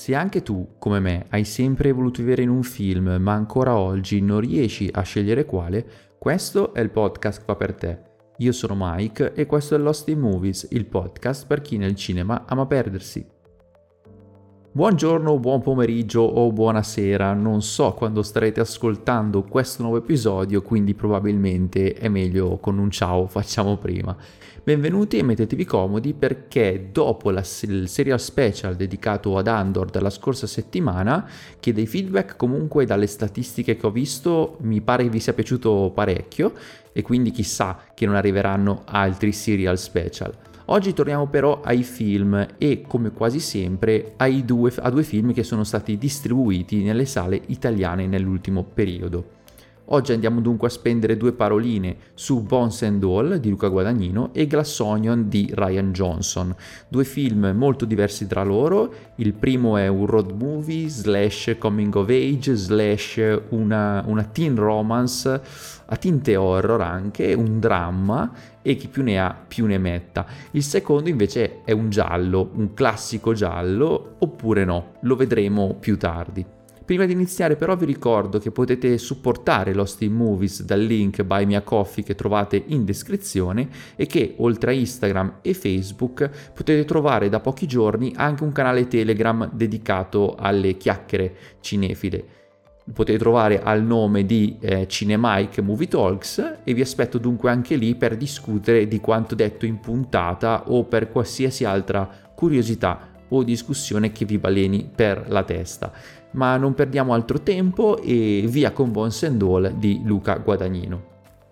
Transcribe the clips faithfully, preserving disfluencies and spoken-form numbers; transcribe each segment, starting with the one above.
Se anche tu, come me, hai sempre voluto vivere in un film, ma ancora oggi non riesci a scegliere quale, questo è il podcast che fa per te. Io sono Mike e questo è Lost in Movies, il podcast per chi nel cinema ama perdersi. Buongiorno, buon pomeriggio o buonasera, non so quando starete ascoltando questo nuovo episodio, quindi probabilmente è meglio con un ciao, facciamo prima. Benvenuti e mettetevi comodi perché dopo la, il serial special dedicato ad Andor della scorsa settimana, che dei feedback comunque dalle statistiche che ho visto mi pare che vi sia piaciuto parecchio e quindi chissà che non arriveranno altri serial special. Oggi torniamo però ai film e, come quasi sempre, ai due, a due film che sono stati distribuiti nelle sale italiane nell'ultimo periodo. Oggi andiamo dunque a spendere due paroline su Bones and All di Luca Guadagnino e Glass Onion di Rian Johnson, due film molto diversi tra loro. Il primo è un road movie slash coming of age slash una, una teen romance a tinte horror, anche un dramma, e chi più ne ha più ne metta. Il secondo invece è un giallo, un classico giallo, oppure no, lo vedremo più tardi. Prima di iniziare però vi ricordo che potete supportare Lost in Movies dal link Buy Me a Coffee che trovate in descrizione e che oltre a Instagram e Facebook potete trovare da pochi giorni anche un canale Telegram dedicato alle chiacchiere cinefile. Potete trovare al nome di eh, Cinemike Movie Talks e vi aspetto dunque anche lì per discutere di quanto detto in puntata o per qualsiasi altra curiosità o discussione che vi baleni per la testa. Ma non perdiamo altro tempo e via con Bones and All di Luca Guadagnino.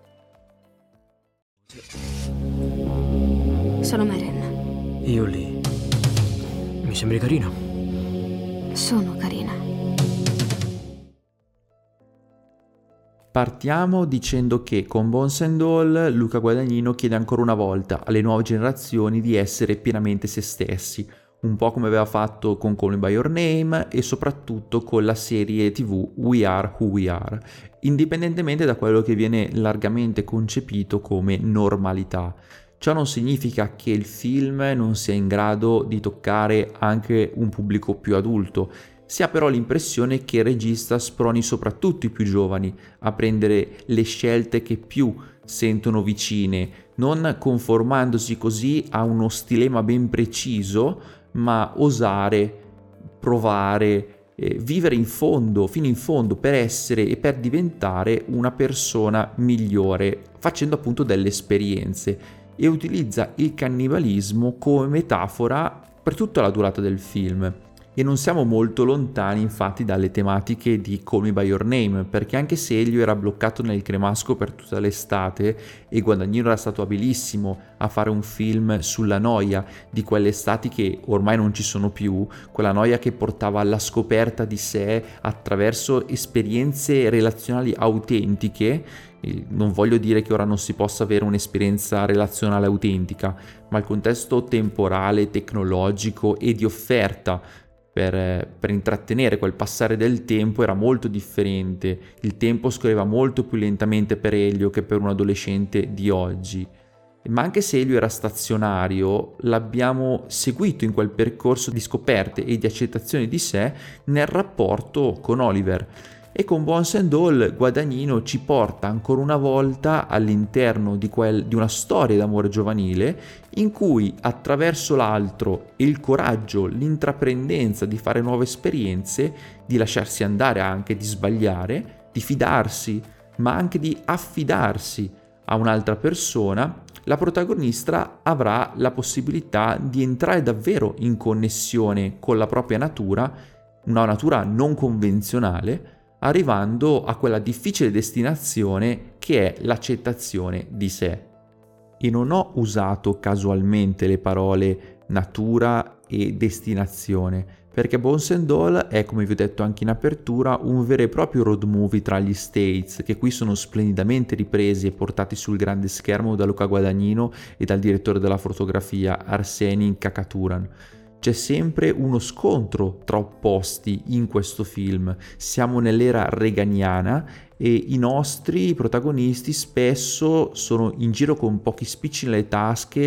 Sono Maren. Io lì. Mi sembri carina. Sono carina. Partiamo dicendo che con Bones and All Luca Guadagnino chiede ancora una volta alle nuove generazioni di essere pienamente se stessi, un po' come aveva fatto con Call Me By Your Name e soprattutto con la serie tivù We Are Who We Are, indipendentemente da quello che viene largamente concepito come normalità. Ciò non significa che il film non sia in grado di toccare anche un pubblico più adulto. Si ha però l'impressione che il regista sproni soprattutto i più giovani a prendere le scelte che più sentono vicine, non conformandosi così a uno stilema ben preciso, ma osare, provare, eh, vivere in fondo, fino in fondo, per essere e per diventare una persona migliore, facendo appunto delle esperienze, e utilizza il cannibalismo come metafora per tutta la durata del film. E non siamo molto lontani infatti dalle tematiche di Call Me By Your Name, perché anche se Elio era bloccato nel cremasco per tutta l'estate e Guadagnino era stato abilissimo a fare un film sulla noia di quelle estati che ormai non ci sono più, quella noia che portava alla scoperta di sé attraverso esperienze relazionali autentiche. Non voglio dire che ora non si possa avere un'esperienza relazionale autentica, ma il contesto temporale, tecnologico e di offerta Per, per intrattenere quel passare del tempo era molto differente. Il tempo scorreva molto più lentamente per Elio che per un adolescente di oggi. Ma anche se Elio era stazionario, l'abbiamo seguito in quel percorso di scoperte e di accettazione di sé nel rapporto con Oliver. E con Bones and All Guadagnino ci porta ancora una volta all'interno di, quel, di una storia d'amore giovanile in cui attraverso l'altro e il coraggio, l'intraprendenza di fare nuove esperienze, di lasciarsi andare anche, di sbagliare, di fidarsi, ma anche di affidarsi a un'altra persona, la protagonista avrà la possibilità di entrare davvero in connessione con la propria natura, una natura non convenzionale, arrivando a quella difficile destinazione che è l'accettazione di sé. E non ho usato casualmente le parole natura e destinazione, perché Bones and All è, come vi ho detto anche in apertura, un vero e proprio road movie tra gli States, che qui sono splendidamente ripresi e portati sul grande schermo da Luca Guadagnino e dal direttore della fotografia Arseniy Kakaturan. C'è sempre uno scontro tra opposti in questo film. Siamo nell'era reganiana e i nostri protagonisti spesso sono in giro con pochi spicci nelle tasche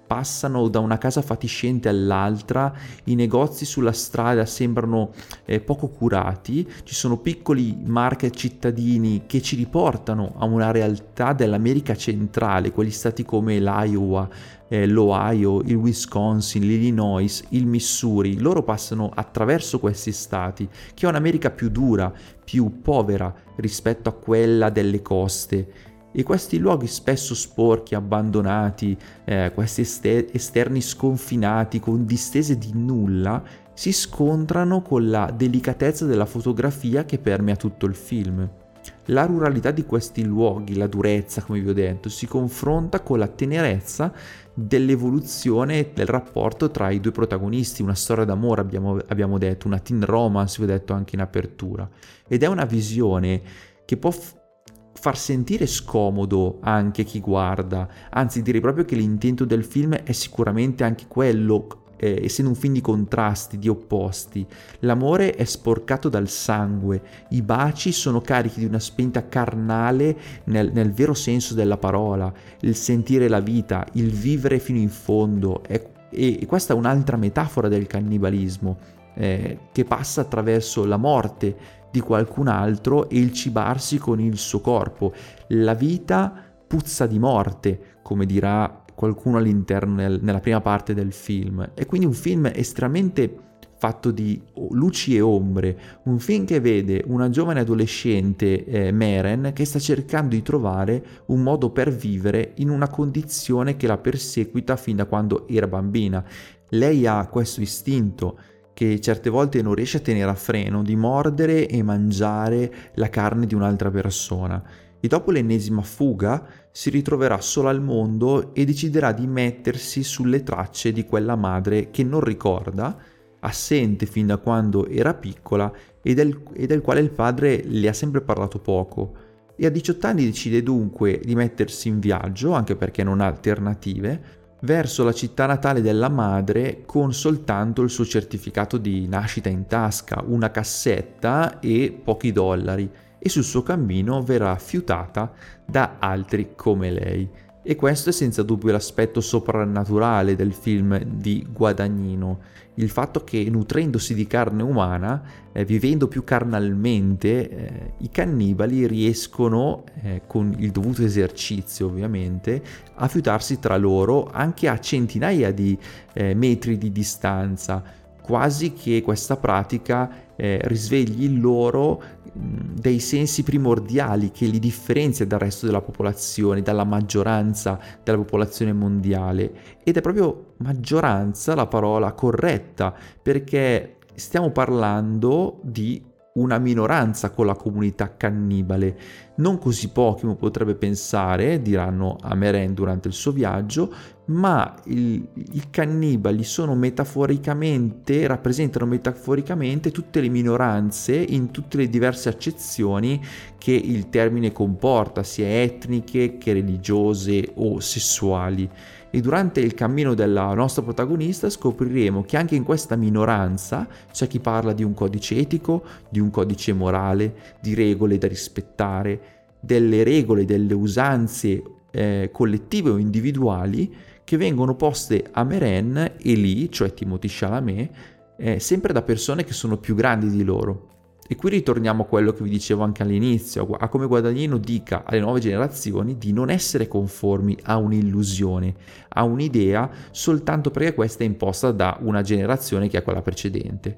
passano da una casa fatiscente all'altra, i negozi sulla strada sembrano eh, poco curati, ci sono piccoli market cittadini che ci riportano a una realtà dell'America centrale, quegli stati come l'Iowa, eh, l'Ohio, il Wisconsin, l'Illinois, il Missouri. Loro passano attraverso questi stati, che è un'America più dura, più povera rispetto a quella delle coste. E questi luoghi spesso sporchi, abbandonati, eh, questi ester- esterni sconfinati, con distese di nulla, si scontrano con la delicatezza della fotografia che permea tutto il film. La ruralità di questi luoghi, la durezza, come vi ho detto, si confronta con la tenerezza dell'evoluzione del rapporto tra i due protagonisti, una storia d'amore, abbiamo, abbiamo detto, una teen romance, vi ho detto anche in apertura. Ed è una visione che può f- far sentire scomodo anche chi guarda, anzi direi proprio che l'intento del film è sicuramente anche quello, eh, essendo un film di contrasti, di opposti. L'amore è sporcato dal sangue, i baci sono carichi di una spinta carnale nel, nel vero senso della parola, il sentire la vita, il vivere fino in fondo, è, e, e questa è un'altra metafora del cannibalismo, eh, che passa attraverso la morte di qualcun altro e il cibarsi con il suo corpo. La vita puzza di morte, come dirà qualcuno all'interno nel, nella prima parte del film. È quindi un film estremamente fatto di luci e ombre, un film che vede una giovane adolescente, eh, Maren, che sta cercando di trovare un modo per vivere in una condizione che la perseguita fin da quando era bambina. Lei ha questo istinto che certe volte non riesce a tenere a freno, di mordere e mangiare la carne di un'altra persona. E dopo l'ennesima fuga si ritroverà sola al mondo e deciderà di mettersi sulle tracce di quella madre che non ricorda, assente fin da quando era piccola e del, e del quale il padre le ha sempre parlato poco. E a diciotto anni decide dunque di mettersi in viaggio, anche perché non ha alternative, verso la città natale della madre con soltanto il suo certificato di nascita in tasca, una cassetta e pochi dollari, e sul suo cammino verrà fiutata da altri come lei. E questo è senza dubbio l'aspetto soprannaturale del film di Guadagnino, il fatto che nutrendosi di carne umana, eh, vivendo più carnalmente, eh, i cannibali riescono, eh, con il dovuto esercizio ovviamente, a fiutarsi tra loro anche a centinaia di eh, metri di distanza, quasi che questa pratica eh, risvegli in loro mh, dei sensi primordiali che li differenzia dal resto della popolazione, dalla maggioranza della popolazione mondiale. Ed è proprio maggioranza la parola corretta, perché stiamo parlando di una minoranza con la comunità cannibale, non così pochi come potrebbe pensare, diranno a Maren durante il suo viaggio, ma il, i cannibali sono metaforicamente, rappresentano metaforicamente tutte le minoranze in tutte le diverse accezioni che il termine comporta, sia etniche che religiose o sessuali. E durante il cammino della nostra protagonista scopriremo che anche in questa minoranza c'è chi parla di un codice etico, di un codice morale, di regole da rispettare, delle regole, delle usanze eh, collettive o individuali che vengono poste a Maren e lì, cioè Timothée Chalamet, eh, sempre da persone che sono più grandi di loro. E qui ritorniamo a quello che vi dicevo anche all'inizio, a come Guadagnino dica alle nuove generazioni di non essere conformi a un'illusione, a un'idea, soltanto perché questa è imposta da una generazione che è quella precedente.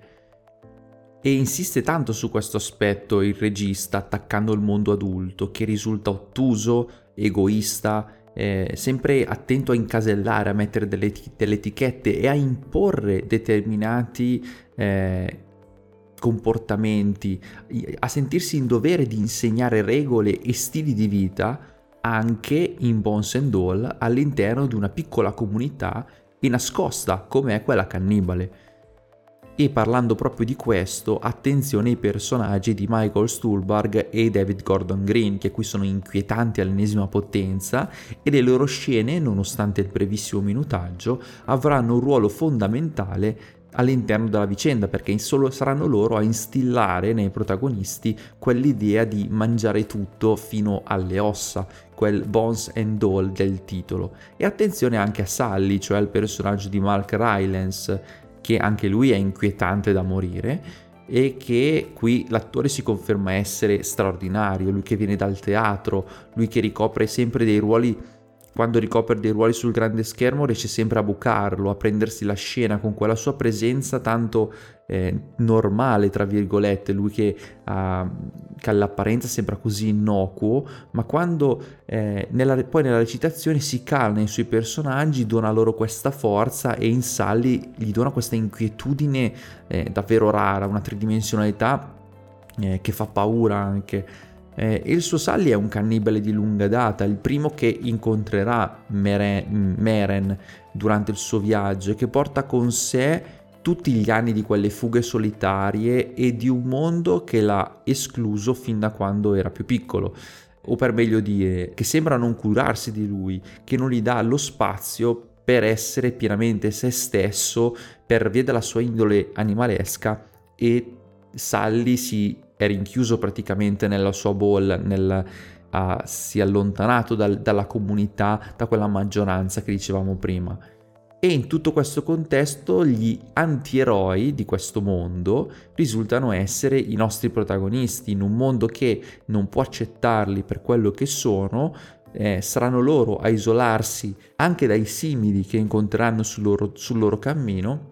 E insiste tanto su questo aspetto il regista, attaccando il mondo adulto, che risulta ottuso, egoista, eh, sempre attento a incasellare, a mettere delle, delle etichette e a imporre determinati eh, comportamenti, a sentirsi in dovere di insegnare regole e stili di vita anche in Bones and All all'interno di una piccola comunità e nascosta come è quella cannibale. E parlando proprio di questo, attenzione ai personaggi di Michael Stuhlbarg e David Gordon Green, che qui sono inquietanti all'ennesima potenza, e le loro scene, nonostante il brevissimo minutaggio, avranno un ruolo fondamentale all'interno della vicenda, perché solo saranno loro a instillare nei protagonisti quell'idea di mangiare tutto fino alle ossa, quel bones and all del titolo. E attenzione anche a Sully, cioè al personaggio di Mark Rylance, che anche lui è inquietante da morire, e che qui l'attore si conferma essere straordinario, lui che viene dal teatro, lui che ricopre sempre dei ruoli. Quando ricopre dei ruoli sul grande schermo riesce sempre a bucarlo, a prendersi la scena con quella sua presenza tanto eh, normale, tra virgolette, lui che, uh, che all'apparenza sembra così innocuo, ma quando eh, nella, poi nella recitazione si cala nei suoi personaggi, dona loro questa forza, e in Sully gli dona questa inquietudine eh, davvero rara, una tridimensionalità eh, che fa paura anche. Eh, il suo Sully è un cannibale di lunga data, il primo che incontrerà Meren, Meren durante il suo viaggio, e che porta con sé tutti gli anni di quelle fughe solitarie e di un mondo che l'ha escluso fin da quando era più piccolo, o per meglio dire, che sembra non curarsi di lui, che non gli dà lo spazio per essere pienamente se stesso per via della sua indole animalesca, e Sully si è rinchiuso praticamente nella sua bolla, nel, uh, si è allontanato dal, dalla comunità, da quella maggioranza che dicevamo prima. E in tutto questo contesto gli antieroi di questo mondo risultano essere i nostri protagonisti, in un mondo che non può accettarli per quello che sono. Eh, saranno loro a isolarsi anche dai simili che incontreranno sul loro, sul loro cammino,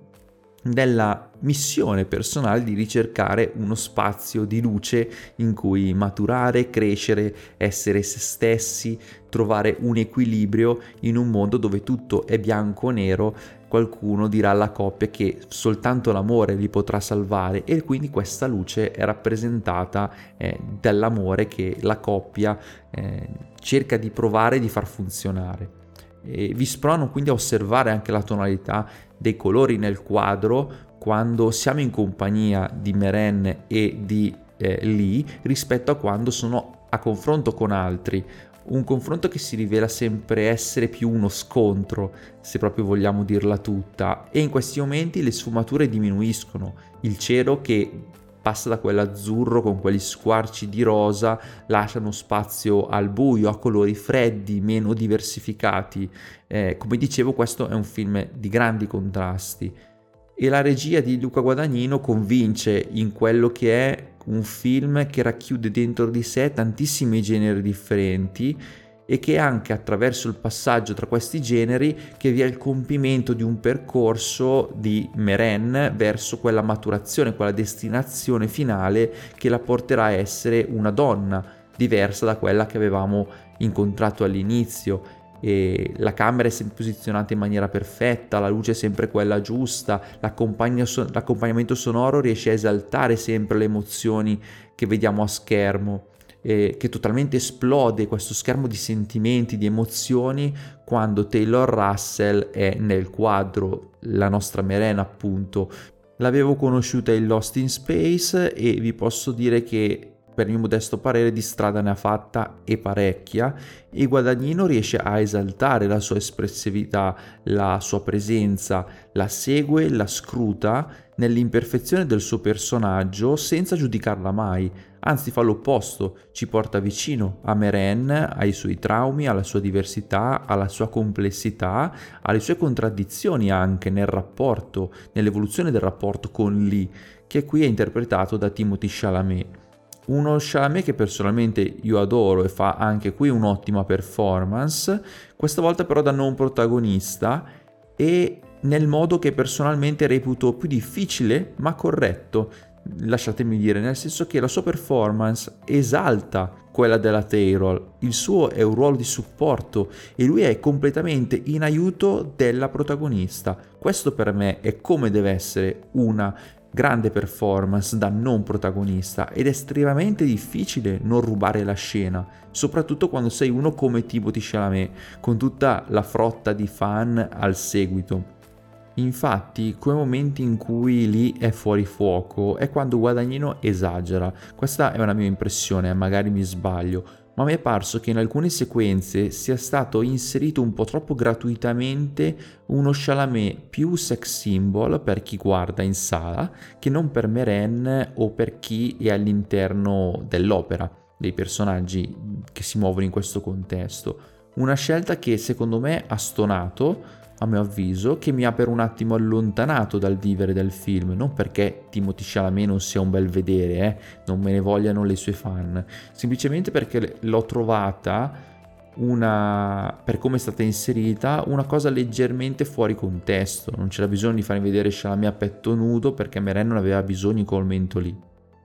della missione personale di ricercare uno spazio di luce in cui maturare, crescere, essere se stessi, trovare un equilibrio in un mondo dove tutto è bianco o nero. Qualcuno dirà alla coppia che soltanto l'amore li potrà salvare, e quindi questa luce è rappresentata eh, dall'amore che la coppia eh, cerca di provare e di far funzionare. E vi sprono quindi a osservare anche la tonalità dei colori nel quadro quando siamo in compagnia di Meren e di eh, Lee, rispetto a quando sono a confronto con altri, un confronto che si rivela sempre essere più uno scontro, se proprio vogliamo dirla tutta, e in questi momenti le sfumature diminuiscono, il cielo che passa da quell'azzurro con quegli squarci di rosa, lasciano spazio al buio, a colori freddi, meno diversificati. Eh, come dicevo, questo è un film di grandi contrasti, e la regia di Luca Guadagnino convince in quello che è un film che racchiude dentro di sé tantissimi generi differenti, e che anche attraverso il passaggio tra questi generi che vi è il compimento di un percorso di Meren verso quella maturazione, quella destinazione finale che la porterà a essere una donna diversa da quella che avevamo incontrato all'inizio. E la camera è sempre posizionata in maniera perfetta, la luce è sempre quella giusta, l'accompagnamento sonoro riesce a esaltare sempre le emozioni che vediamo a schermo, eh, che totalmente esplode questo schermo di sentimenti, di emozioni, quando Taylor Russell è nel quadro, la nostra Meren appunto. L'avevo conosciuta in Lost in Space e vi posso dire che per il mio modesto parere di strada ne ha fatta e parecchia, e Guadagnino riesce a esaltare la sua espressività, la sua presenza, la segue, la scruta nell'imperfezione del suo personaggio senza giudicarla mai, anzi fa l'opposto, ci porta vicino a Meren, ai suoi traumi, alla sua diversità, alla sua complessità, alle sue contraddizioni anche nel rapporto, nell'evoluzione del rapporto con Lee, che qui è interpretato da Timothée Chalamet. Uno Chalamet che personalmente io adoro e fa anche qui un'ottima performance, questa volta però da non protagonista, e nel modo che personalmente reputo più difficile ma corretto, lasciatemi dire, nel senso che la sua performance esalta quella della Taylor, il suo è un ruolo di supporto e lui è completamente in aiuto della protagonista. Questo per me è come deve essere una grande performance da non protagonista, ed è estremamente difficile non rubare la scena, soprattutto quando sei uno come Timothée Chalamet, con tutta la frotta di fan al seguito. Infatti, quei momenti in cui Lee è fuori fuoco è quando Guadagnino esagera. Questa è una mia impressione, magari mi sbaglio, ma mi è parso che in alcune sequenze sia stato inserito un po' troppo gratuitamente uno Chalamet più sex symbol per chi guarda in sala che non per Meren o per chi è all'interno dell'opera, dei personaggi che si muovono in questo contesto. Una scelta che secondo me ha stonato, a mio avviso, che mi ha per un attimo allontanato dal vivere del film, non perché Timothée Chalamet non sia un bel vedere, eh, non me ne vogliano le sue fan, semplicemente perché l'ho trovata una, per come è stata inserita, una cosa leggermente fuori contesto. Non c'era bisogno di fare vedere Chalamet a petto nudo perché Meren non aveva bisogno in quel momento lì.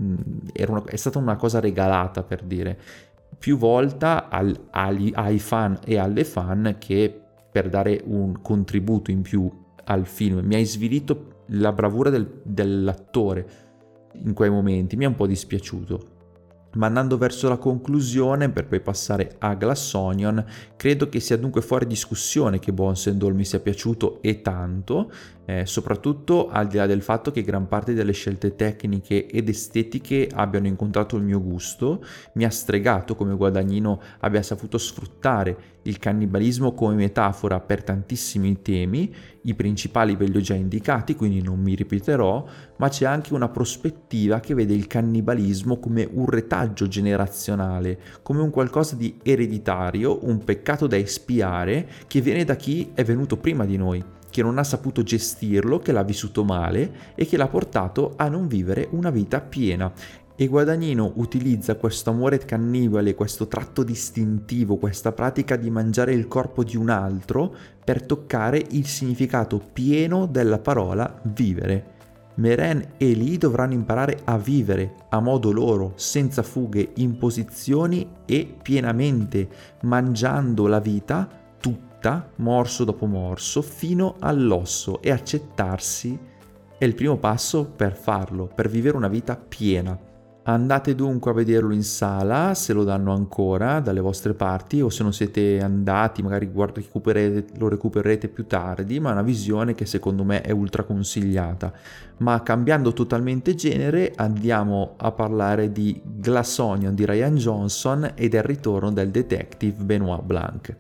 Era una, è stata una cosa regalata, per dire, più volta al, ai, ai fan e alle fan che per dare un contributo in più al film. Mi ha svilito la bravura del, dell'attore in quei momenti, mi è un po' dispiaciuto. Ma andando verso la conclusione, per poi passare a Glass Onion, credo che sia dunque fuori discussione che Bones and All mi sia piaciuto e tanto, eh, soprattutto al di là del fatto che gran parte delle scelte tecniche ed estetiche abbiano incontrato il mio gusto. Mi ha stregato come Guadagnino abbia saputo sfruttare il cannibalismo come metafora per tantissimi temi. I principali ve li ho già indicati, quindi non mi ripeterò, ma c'è anche una prospettiva che vede il cannibalismo come un retaggio generazionale, come un qualcosa di ereditario, un peccato da espiare che viene da chi è venuto prima di noi, che non ha saputo gestirlo, che l'ha vissuto male e che l'ha portato a non vivere una vita piena. E Guadagnino utilizza questo amore cannibale, questo tratto distintivo, questa pratica di mangiare il corpo di un altro per toccare il significato pieno della parola vivere. Meren e Lee dovranno imparare a vivere a modo loro, senza fughe, imposizioni e pienamente, mangiando la vita tutta, morso dopo morso, fino all'osso, e accettarsi è il primo passo per farlo, per vivere una vita piena. Andate dunque a vederlo in sala, se lo danno ancora dalle vostre parti, o se non siete andati magari guarda, recuperete, lo recupererete più tardi, ma è una visione che secondo me è ultra consigliata. Ma cambiando totalmente genere, andiamo a parlare di Glass Onion di Rian Johnson e del ritorno del detective Benoit Blanc.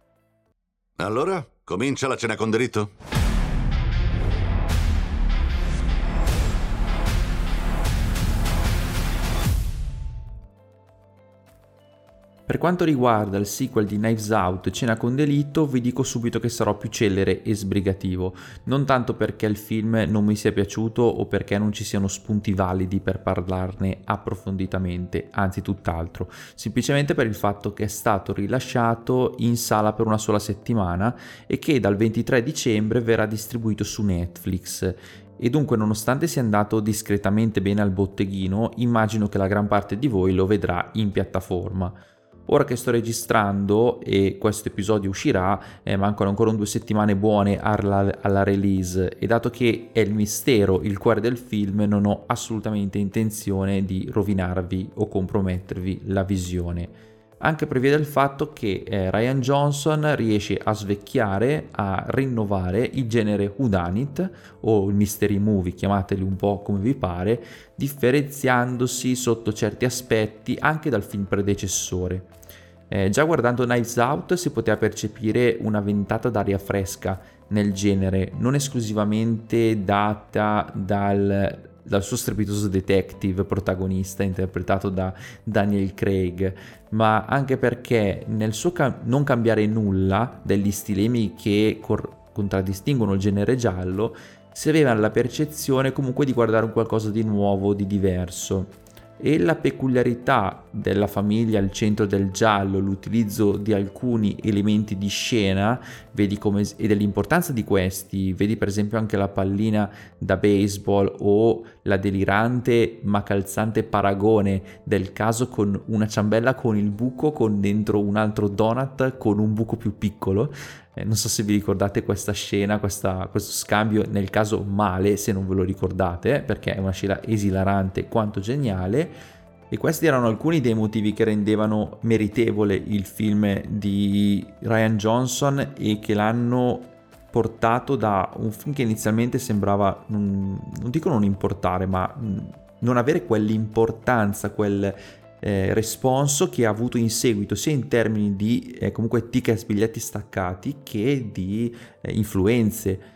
Allora, comincia la cena con delitto? Per quanto riguarda il sequel di Knives Out, Cena con delitto, vi dico subito che sarò più celere e sbrigativo, non tanto perché il film non mi sia piaciuto o perché non ci siano spunti validi per parlarne approfonditamente, anzi tutt'altro, semplicemente per il fatto che è stato rilasciato in sala per una sola settimana e che dal ventitré dicembre verrà distribuito su Netflix. E dunque, nonostante sia andato discretamente bene al botteghino, immagino che la gran parte di voi lo vedrà in piattaforma. Ora che sto registrando e questo episodio uscirà, eh, mancano ancora due settimane buone alla, alla release, e dato che è il mistero il cuore del film, non ho assolutamente intenzione di rovinarvi o compromettervi la visione. Anche per via del fatto che eh, Rian Johnson riesce a svecchiare, a rinnovare il genere whodunit o il mystery movie, chiamateli un po' come vi pare, differenziandosi sotto certi aspetti anche dal film predecessore. Eh, già guardando Knives Out si poteva percepire una ventata d'aria fresca nel genere, non esclusivamente data dal dal suo strepitoso detective protagonista interpretato da Daniel Craig, ma anche perché nel suo cam- non cambiare nulla degli stilemi che cor- contraddistinguono il genere giallo, si aveva la percezione comunque di guardare un qualcosa di nuovo, di diverso. E la peculiarità della famiglia al centro del giallo, l'utilizzo di alcuni elementi di scena, vedi come, e dell'importanza di questi, vedi per esempio anche la pallina da baseball o la delirante ma calzante paragone del caso con una ciambella con il buco con dentro un altro donut con un buco più piccolo. Eh, non so se vi ricordate questa scena, questa, questo scambio, nel caso male se non ve lo ricordate, eh, perché è una scena esilarante quanto geniale. E questi erano alcuni dei motivi che rendevano meritevole il film di Rian Johnson e che l'hanno portato da un film che inizialmente sembrava, non, non dico non importare, ma non avere quell'importanza, quel eh, responso che ha avuto in seguito, sia in termini di eh, comunque tickets, biglietti staccati, che di eh, influenze.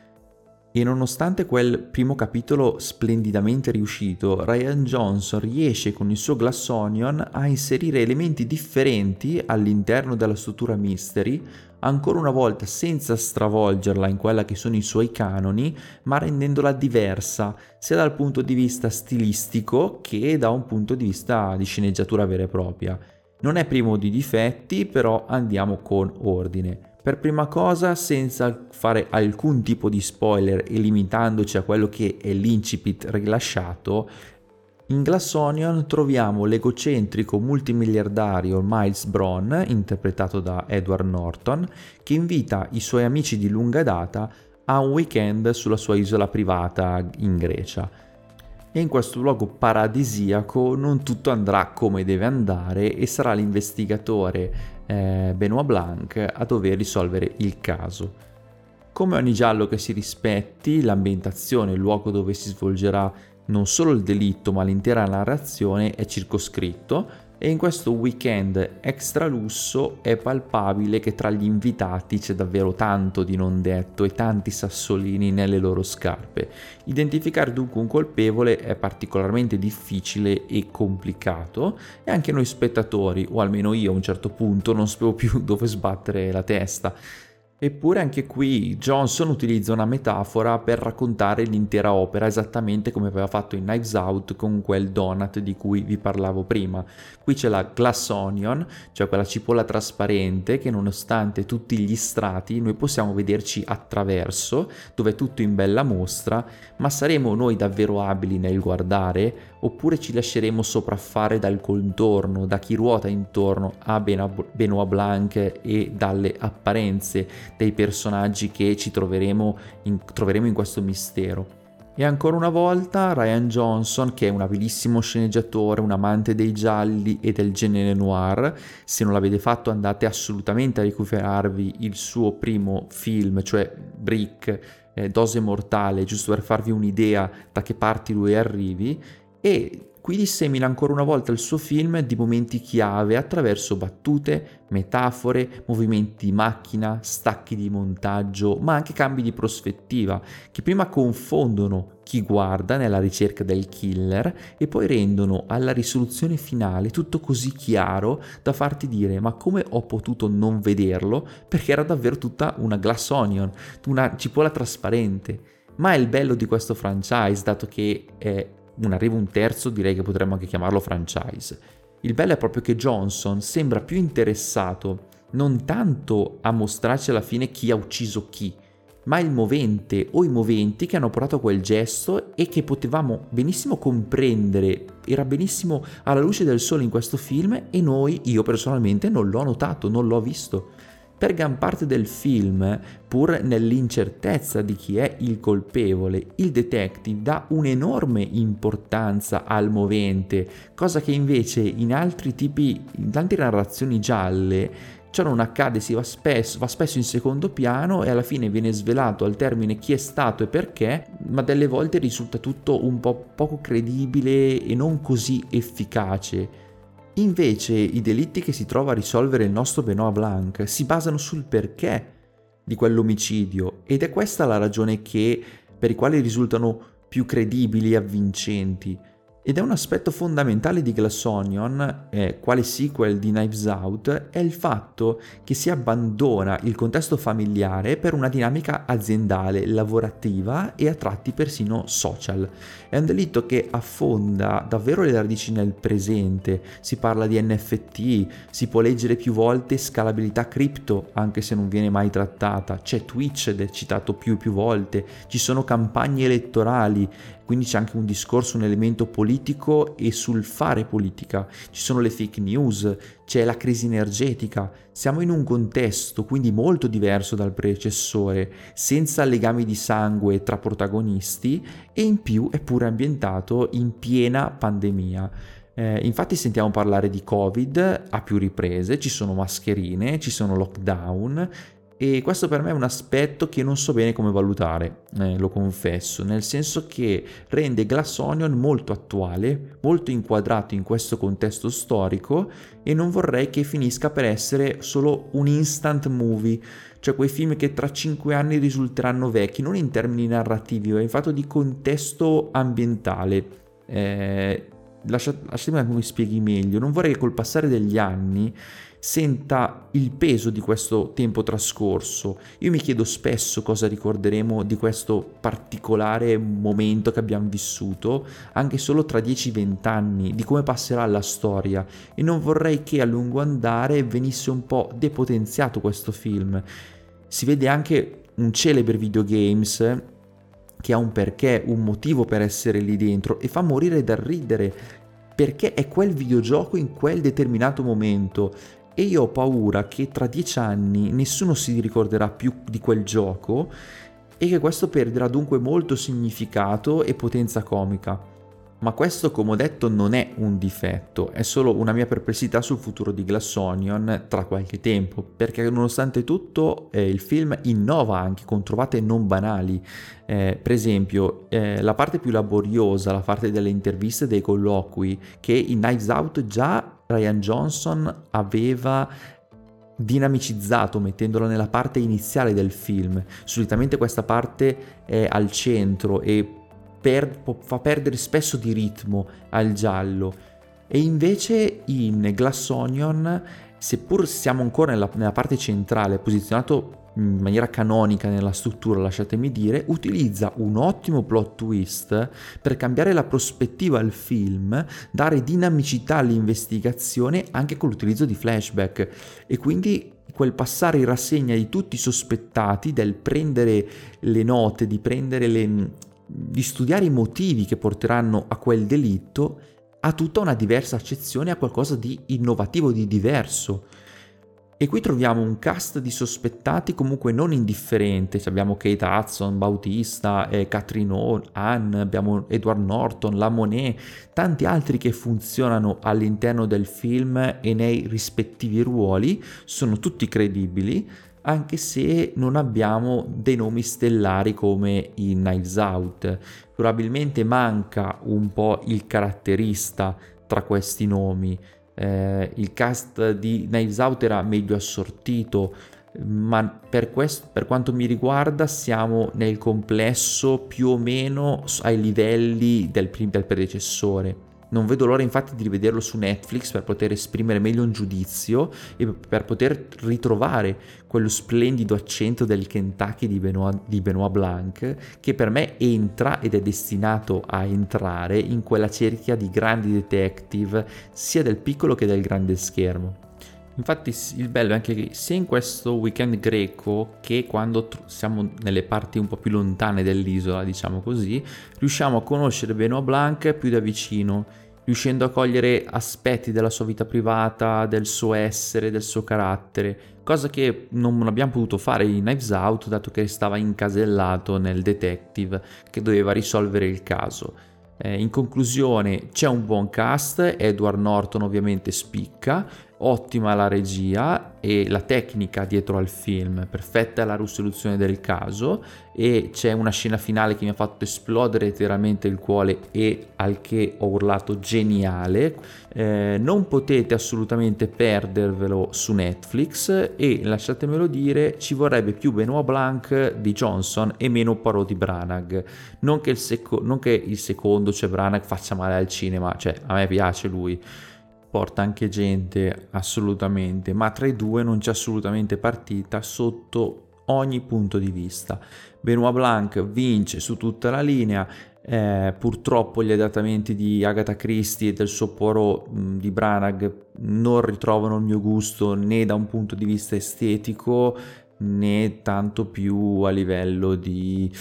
E nonostante quel primo capitolo splendidamente riuscito, Rian Johnson riesce con il suo Glass Onion a inserire elementi differenti all'interno della struttura mystery, ancora una volta senza stravolgerla in quella che sono i suoi canoni, ma rendendola diversa sia dal punto di vista stilistico che da un punto di vista di sceneggiatura vera e propria. Non è privo di difetti, però andiamo con ordine. Per prima cosa, senza fare alcun tipo di spoiler e limitandoci a quello che è l'incipit rilasciato, in Glass Onion troviamo l'egocentrico multimiliardario Miles Bron, interpretato da Edward Norton, che invita i suoi amici di lunga data a un weekend sulla sua isola privata in Grecia. E in questo luogo paradisiaco non tutto andrà come deve andare e sarà l'investigatore eh, Benoit Blanc a dover risolvere il caso. Come ogni giallo che si rispetti, l'ambientazione, il luogo dove si svolgerà non solo il delitto ma l'intera narrazione è circoscritto, e in questo weekend extra lusso è palpabile che tra gli invitati c'è davvero tanto di non detto e tanti sassolini nelle loro scarpe. Identificare dunque un colpevole è particolarmente difficile e complicato, e anche noi spettatori, o almeno io a un certo punto, non sapevo più dove sbattere la testa. Eppure anche qui Johnson utilizza una metafora per raccontare l'intera opera, esattamente come aveva fatto in Knives Out con quel donut di cui vi parlavo prima. Qui c'è la glass onion, cioè quella cipolla trasparente che nonostante tutti gli strati noi possiamo vederci attraverso, dove è tutto in bella mostra, ma saremo noi davvero abili nel guardare oppure ci lasceremo sopraffare dal contorno, da chi ruota intorno a Benoit Blanc e dalle apparenze dei personaggi che ci troveremo in, troveremo in questo mistero. E ancora una volta Rian Johnson, che è un abilissimo sceneggiatore, un amante dei gialli e del genere noir, se non l'avete fatto andate assolutamente a recuperarvi il suo primo film, cioè Brick, eh, Dose Mortale, giusto per farvi un'idea da che parti lui arrivi, e qui dissemina ancora una volta il suo film di momenti chiave attraverso battute, metafore, movimenti di macchina, stacchi di montaggio, ma anche cambi di prospettiva, che prima confondono chi guarda nella ricerca del killer e poi rendono alla risoluzione finale tutto così chiaro da farti dire: ma come ho potuto non vederlo? Perché era davvero tutta una glass onion, una cipolla trasparente. Ma è il bello di questo franchise, dato che è un arrivo un terzo, direi che potremmo anche chiamarlo franchise. Il bello è proprio che Johnson sembra più interessato non tanto a mostrarci alla fine chi ha ucciso chi, ma il movente o i moventi che hanno portato a quel gesto e che potevamo benissimo comprendere, era benissimo alla luce del sole in questo film, e noi, io personalmente, non l'ho notato, non l'ho visto. Per gran parte del film, pur nell'incertezza di chi è il colpevole, il detective dà un'enorme importanza al movente, cosa che invece in altri tipi, in tante narrazioni gialle, ciò non accade, si va spesso, va spesso in secondo piano e alla fine viene svelato al termine chi è stato e perché, ma delle volte risulta tutto un po' poco credibile e non così efficace. Invece i delitti che si trova a risolvere il nostro Benoit Blanc si basano sul perché di quell'omicidio, ed è questa la ragione che, per i quali risultano più credibili e avvincenti. Ed è un aspetto fondamentale di Glass Onion, eh, quale sequel di Knives Out, è il fatto che si abbandona il contesto familiare per una dinamica aziendale, lavorativa e a tratti persino social. È un delitto che affonda davvero le radici nel presente, si parla di N F T, si può leggere più volte scalabilità cripto, anche se non viene mai trattata, c'è Twitch ed è citato più e più volte, ci sono campagne elettorali, quindi c'è anche un discorso, un elemento politico e sul fare politica, ci sono le fake news, c'è la crisi energetica, siamo in un contesto quindi molto diverso dal predecessore, senza legami di sangue tra protagonisti, e in più è pure ambientato in piena pandemia. Eh, infatti sentiamo parlare di Covid a più riprese, ci sono mascherine, ci sono lockdown, E questo per me è un aspetto che non so bene come valutare, eh, lo confesso, nel senso che rende Glass Onion molto attuale, molto inquadrato in questo contesto storico, e non vorrei che finisca per essere solo un instant movie, cioè quei film che tra cinque anni risulteranno vecchi, non in termini narrativi, ma in fatto di contesto ambientale. Eh, lascia- lasciatemi che mi spieghi meglio. Non vorrei che col passare degli anni senta il peso di questo tempo trascorso. Io mi chiedo spesso cosa ricorderemo di questo particolare momento che abbiamo vissuto, anche solo tra dieci venti anni, di come passerà la storia, e non vorrei che a lungo andare venisse un po' depotenziato questo film. Si vede anche un celebre videogames che ha un perché, un motivo per essere lì dentro, e fa morire dal ridere perché è quel videogioco in quel determinato momento. E io ho paura che tra dieci anni nessuno si ricorderà più di quel gioco e che questo perderà dunque molto significato e potenza comica. Ma questo, come ho detto, non è un difetto, è solo una mia perplessità sul futuro di Glass Onion tra qualche tempo, perché nonostante tutto eh, il film innova anche con trovate non banali. Eh, per esempio, eh, la parte più laboriosa, la parte delle interviste e dei colloqui, che in Knives Out già Rian Johnson aveva dinamicizzato mettendola nella parte iniziale del film. Solitamente questa parte è al centro e per, fa perdere spesso di ritmo al giallo, e invece in Glass Onion, seppur siamo ancora nella, nella parte centrale, posizionato in maniera canonica nella struttura, lasciatemi dire, utilizza un ottimo plot twist per cambiare la prospettiva al film, dare dinamicità all'investigazione anche con l'utilizzo di flashback, e quindi quel passare in rassegna di tutti i sospettati, del prendere le note, di prendere le, di studiare i motivi che porteranno a quel delitto, ha tutta una diversa accezione, a qualcosa di innovativo, di diverso. E qui troviamo un cast di sospettati comunque non indifferente. Abbiamo Kate Hudson, Bautista, eh, Catherine Hahn, Anne, abbiamo Edward Norton, La Monet, tanti altri che funzionano all'interno del film e nei rispettivi ruoli, sono tutti credibili, anche se non abbiamo dei nomi stellari come in Knives Out. Probabilmente manca un po' il caratterista tra questi nomi. Eh, il cast di Knives Out era meglio assortito, ma per, questo, per quanto mi riguarda siamo nel complesso più o meno ai livelli del, del predecessore. Non vedo l'ora infatti di rivederlo su Netflix per poter esprimere meglio un giudizio e per poter ritrovare quello splendido accento del Kentucky di Benoit, di Benoit Blanc, che per me entra ed è destinato a entrare in quella cerchia di grandi detective sia del piccolo che del grande schermo. Infatti il bello è anche che sia in questo weekend greco che quando tr- siamo nelle parti un po' più lontane dell'isola, diciamo così, riusciamo a conoscere Benoit Blanc più da vicino, riuscendo a cogliere aspetti della sua vita privata, del suo essere, del suo carattere, cosa che non abbiamo potuto fare in Knives Out, dato che stava incasellato nel detective che doveva risolvere il caso. Eh, in conclusione, c'è un buon cast, Edward Norton ovviamente spicca, ottima la regia e la tecnica dietro al film, perfetta la risoluzione del caso, e c'è una scena finale che mi ha fatto esplodere letteralmente il cuore e al che ho urlato geniale. Eh, non potete assolutamente perdervelo su Netflix, e lasciatemelo dire, ci vorrebbe più Benoit Blanc di Johnson e meno Poirot di Branagh. Non che il, seco- non che il secondo, cioè Branagh, faccia male al cinema, cioè a me piace lui, porta anche gente assolutamente, ma tra i due non c'è assolutamente partita sotto ogni punto di vista. Benoit Blanc vince su tutta la linea. Eh, purtroppo gli adattamenti di Agatha Christie e del suo Poirot mh, di Branagh non ritrovano il mio gusto né da un punto di vista estetico né tanto più a livello di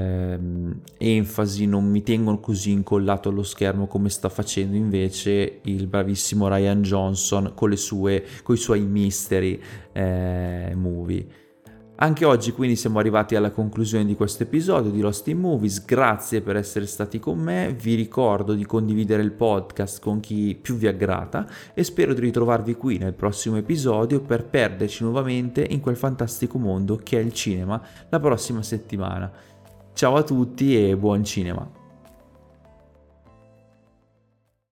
ehm, enfasi, non mi tengono così incollato allo schermo come sta facendo invece il bravissimo Rian Johnson con le sue con i suoi mystery eh, movie. Anche oggi quindi siamo arrivati alla conclusione di questo episodio di Lost in Movies, grazie per essere stati con me, vi ricordo di condividere il podcast con chi più vi aggrada e spero di ritrovarvi qui nel prossimo episodio per perderci nuovamente in quel fantastico mondo che è il cinema la prossima settimana. Ciao a tutti e buon cinema!